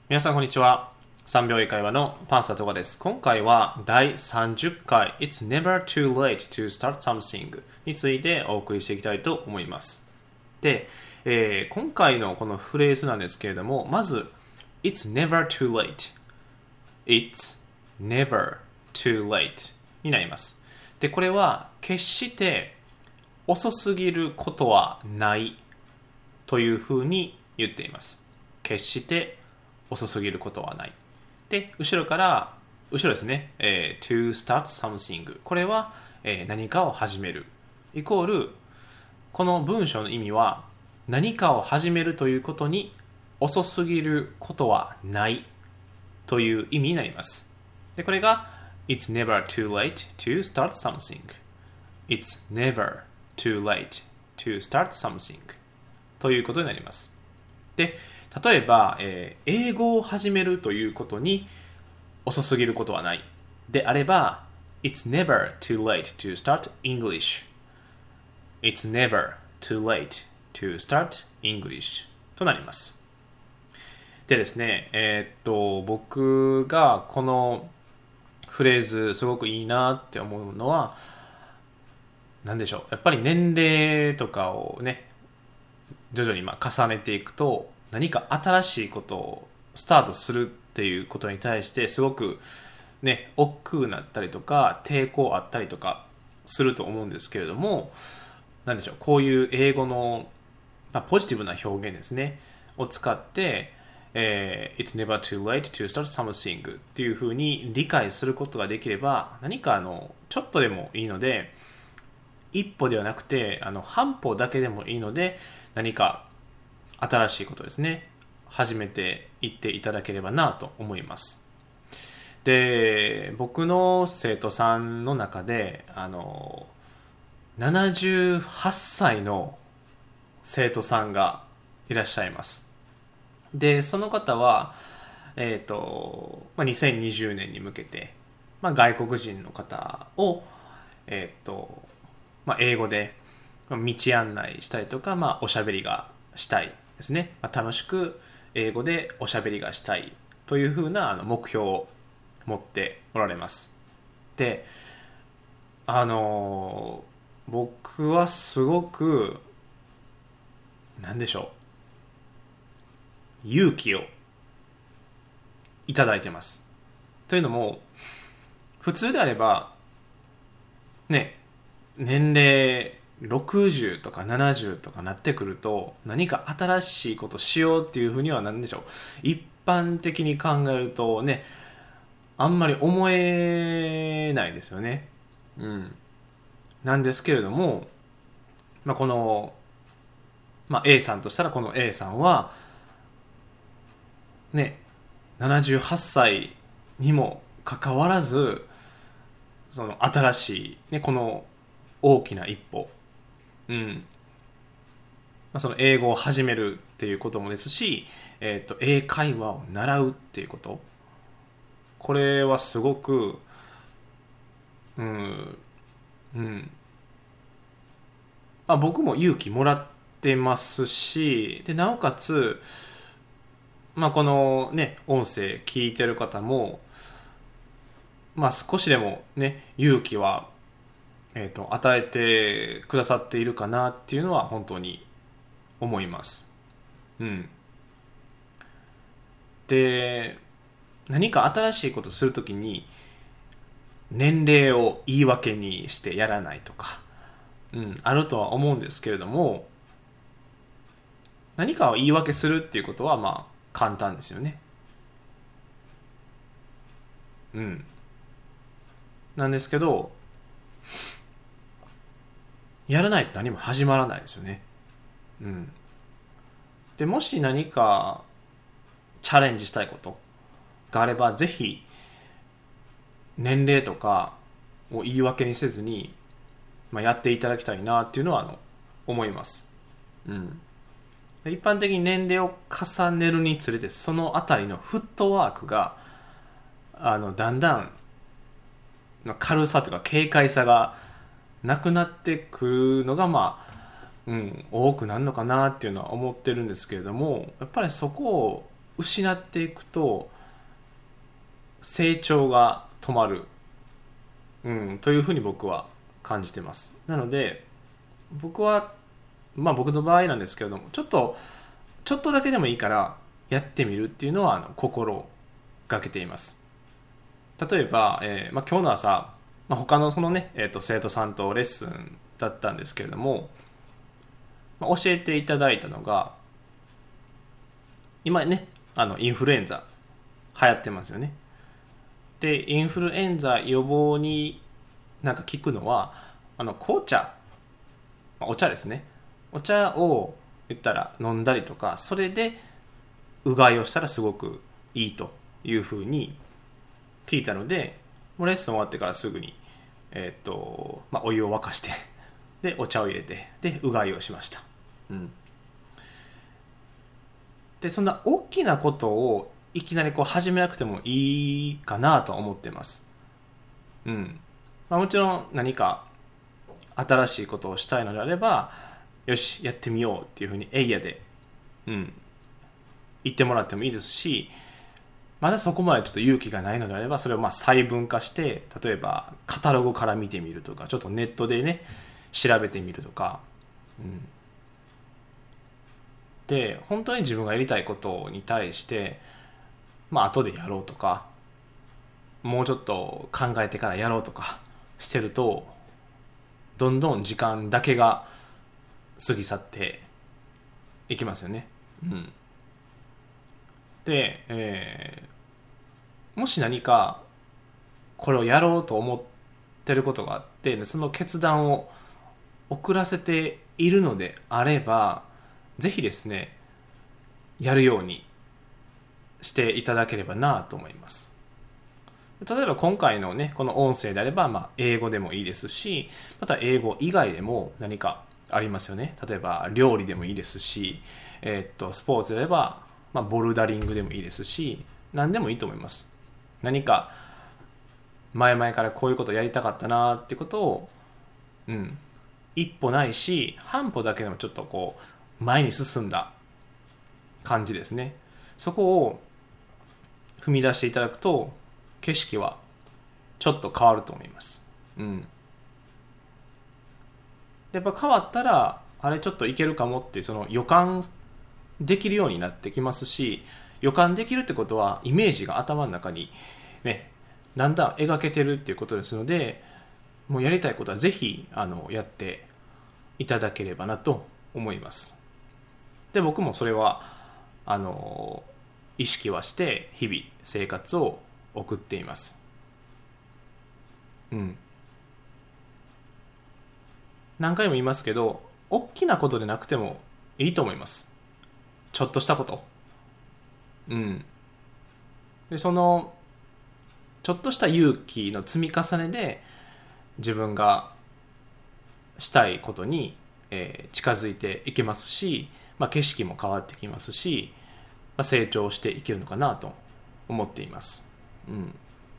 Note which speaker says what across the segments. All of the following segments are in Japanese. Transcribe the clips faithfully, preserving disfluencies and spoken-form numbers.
Speaker 1: 皆さんこんにちは。さんびょう英会話のパンサーとかです。今回はだいさんじゅっかい It's never too late to start something についてお送りしていきたいと思います。で、えー今回のこのフレーズなんですけれども、まず It's never too late It's never too late になります。で、これは決して遅すぎることはないというふうに言っています。決して遅すぎることはない。で、後ろから、後ろですね、えー to start something。これは、えー何かを始める。イコール、この文章の意味は、何かを始めるということに遅すぎることはないという意味になります。で、これが、It's never too late to start something。It's never too late to start something。ということになります。で、例えば、えー英語を始めるということに遅すぎることはない。であれば、It's never too late to start English.It's never too late to start English となります。でですね、えーっと、僕がこのフレーズすごくいいなって思うのは、何でしょう。やっぱり年齢とかをね、徐々にまあ重ねていくと何か新しいことをスタートするっていうことに対してすごくね億劫になったりとか抵抗あったりとかすると思うんですけれども、何でしょう、こういう英語の、まあ、ポジティブな表現ですねを使って、えー It's never too late to start something っていうふうに理解することができれば、何かあのちょっとでもいいので、一歩ではなくてあの半歩だけでもいいので、何か新しいことですね始めていっていただければなと思います。で、僕の生徒さんの中であのななじゅうはっさいの生徒さんがいらっしゃいます。で、その方は、えーとまあ、にせんにじゅうねんに向けて、まあ、外国人の方を、えーとまあ、英語で道案内したりとか、まあ、おしゃべりがしたいですね、まあ、楽しく英語でおしゃべりがしたいというふうなあの目標を持っておられます。で、あの僕はすごくなんでしょう、勇気をいただいてます。というのも、普通であればね、年齢ろくじゅうとかななじゅうとかなってくると、何か新しいことしようっていうふうには何でしょう、一般的に考えるとね、あんまり思えないですよね。うん。なんですけれども、まあ、この、まあ、A さんとしたら、この A さんはね、ななじゅうはっさいにもかかわらず、その新しい、ね、この大きな一歩、うんまあ、その英語を始めるっていうこともですし、えー、と英会話を習うっていうこと、これはすごく、うんうんまあ、僕も勇気もらってますし、でなおかつ、まあ、このね音声聞いてる方も、まあ、少しでもね勇気は、えー、と与えてくださっているかなっていうのは本当に思います。うん、で、何か新しいことするときに年齢を言い訳にしてやらないとか、うん、あるとは思うんですけれども、何かを言い訳するっていうことはまあ簡単ですよね。うん。なんですけど、やらないと何も始まらないですよね。うん。で、もし何かチャレンジしたいことがあれば、ぜひ年齢とかを言い訳にせずに、まあ、やっていただきたいなっていうのはあの思います。うん。一般的に年齢を重ねるにつれて、そのあたりのフットワークがあのだんだん軽さというか軽快さがなくなってくるのがまあ、うん、多くなるのかなっていうのは思ってるんですけれども、やっぱりそこを失っていくと成長が止まる、うん、というふうに僕は感じてます。なので僕はまあ僕の場合なんですけれども、ちょっとちょっとだけでもいいからやってみるっていうのはあの心がけています。例えば、えーまあ、今日の朝、まあ、他のそのね、えーと、生徒さんとレッスンだったんですけれども、まあ、教えていただいたのが、今ねあのインフルエンザ流行ってますよね。でインフルエンザ予防になんか効くのはあの紅茶、お茶ですね。お茶を言ったら飲んだりとか、それでうがいをしたらすごくいいというふうに聞いたので、もうレッスン終わってからすぐに、えーっとまあ、お湯を沸かしてでお茶を入れてでうがいをしました。うん、でそんな大きなことをいきなりこう始めなくてもいいかなと思ってます。うんまあ、もちろん何か新しいことをしたいのであれば、よしやってみようっていうふうにエイヤで、うん、言ってもらってもいいですし、まだそこまでちょっと勇気がないのであれば、それをまあ細分化して、例えばカタログから見てみるとか、ちょっとネットでね調べてみるとか、うん、で本当に自分がやりたいことに対してまあ後でやろうとか、もうちょっと考えてからやろうとかしてると、どんどん時間だけが過ぎ去っていきますよね。うん、で、えーもし何かこれをやろうと思ってることがあって、その決断を遅らせているのであれば、ぜひですねやるようにしていただければなと思います。例えば今回のねこの音声であれば、まあ、英語でもいいですし、また英語以外でも何かありますよね。例えば料理でもいいですし、えーっとスポーツであれば、まあ、ボルダリングでもいいですし、何でもいいと思います。何か前々からこういうことやりたかったなってことを、うん、一歩ないし半歩だけでもちょっとこう前に進んだ感じですね。そこを踏み出していただくと景色はちょっと変わると思います。うん。でやっぱ変わったらあれちょっといけるかもってその予感できるようになってきますし、予感できるってことはイメージが頭の中にねだんだん描けてるっていうことですので、もうやりたいことはぜひあのやっていただければなと思います。で僕もそれはあの意識はして日々生活を送っています。うん。何回も言いますけど、大きなことでなくてもいいと思います。ちょっとしたこと。うん。でそのちょっとした勇気の積み重ねで自分がしたいことに、えー近づいていけますし、まあ、景色も変わってきますし、まあ、成長していけるのかなと思っています。うん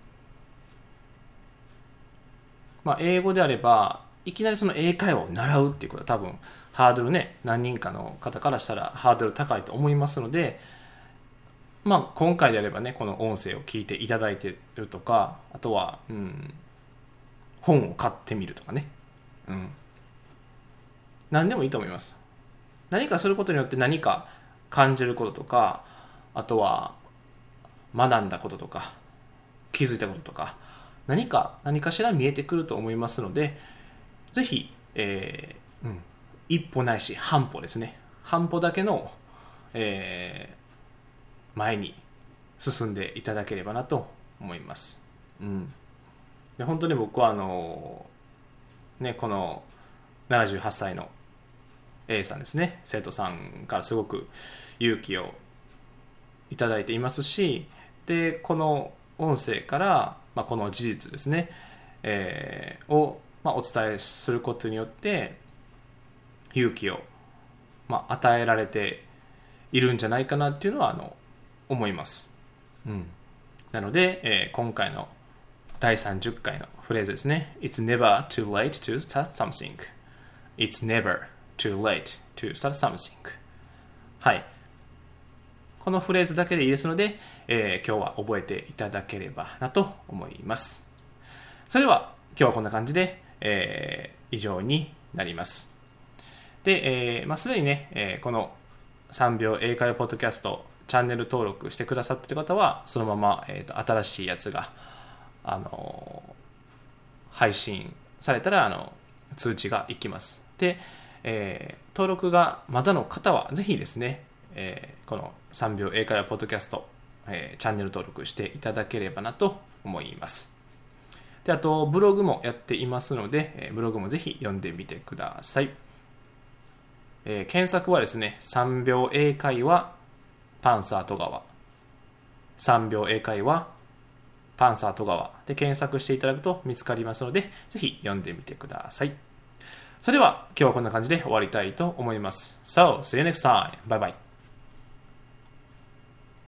Speaker 1: まあ、英語であればいきなりその英会話を習うっていうことは多分ハードルね、何人かの方からしたらハードル高いと思いますので、まあ、今回であればねこの音声を聞いていただいてるとか、あとは、うん、本を買ってみるとかね、うん、何でもいいと思います。何かすることによって何か感じることとか、あとは学んだこととか気づいたこととか、何か何かしら見えてくると思いますので、ぜひ、えーうん、一歩ないし半歩ですね、半歩だけの、えー前に進んでいただければなと思います。うん、で本当に僕はあの、ね、このななじゅうはっさいの A さんですね、生徒さんからすごく勇気をいただいていますし、でこの音声から、まあ、この事実ですね、えーを、まあ、お伝えすることによって勇気を、まあ、与えられているんじゃないかなっていうのはあの思います。うん、なので、えー今回のだいさんじゅっかいのフレーズですね。It's never too late to start something. It's never too late to start something. はい。 このフレーズだけでいいですので、えー、今日は覚えていただければなと思います。それでは今日はこんな感じで、えー、以上になります。で、えーまあ、すでにね、えー、このさんびょう英会話ポッドキャストチャンネル登録してくださっている方はそのまま、えー、と新しいやつが、あのー、配信されたらあの通知がいきます。で、えー、登録がまだの方はぜひですね、えー、このさんびょう英会話ポッドキャスト、えー、チャンネル登録していただければなと思います。で、あとブログもやっていますので、えー、ブログもぜひ読んでみてください。えー、検索はですね、さんびょう英会話パンサー戸川、さんびょう英会話パンサー戸川で検索していただくと見つかりますので、ぜひ読んでみてください。それでは今日はこんな感じで終わりたいと思います。So, see you next time. Bye bye.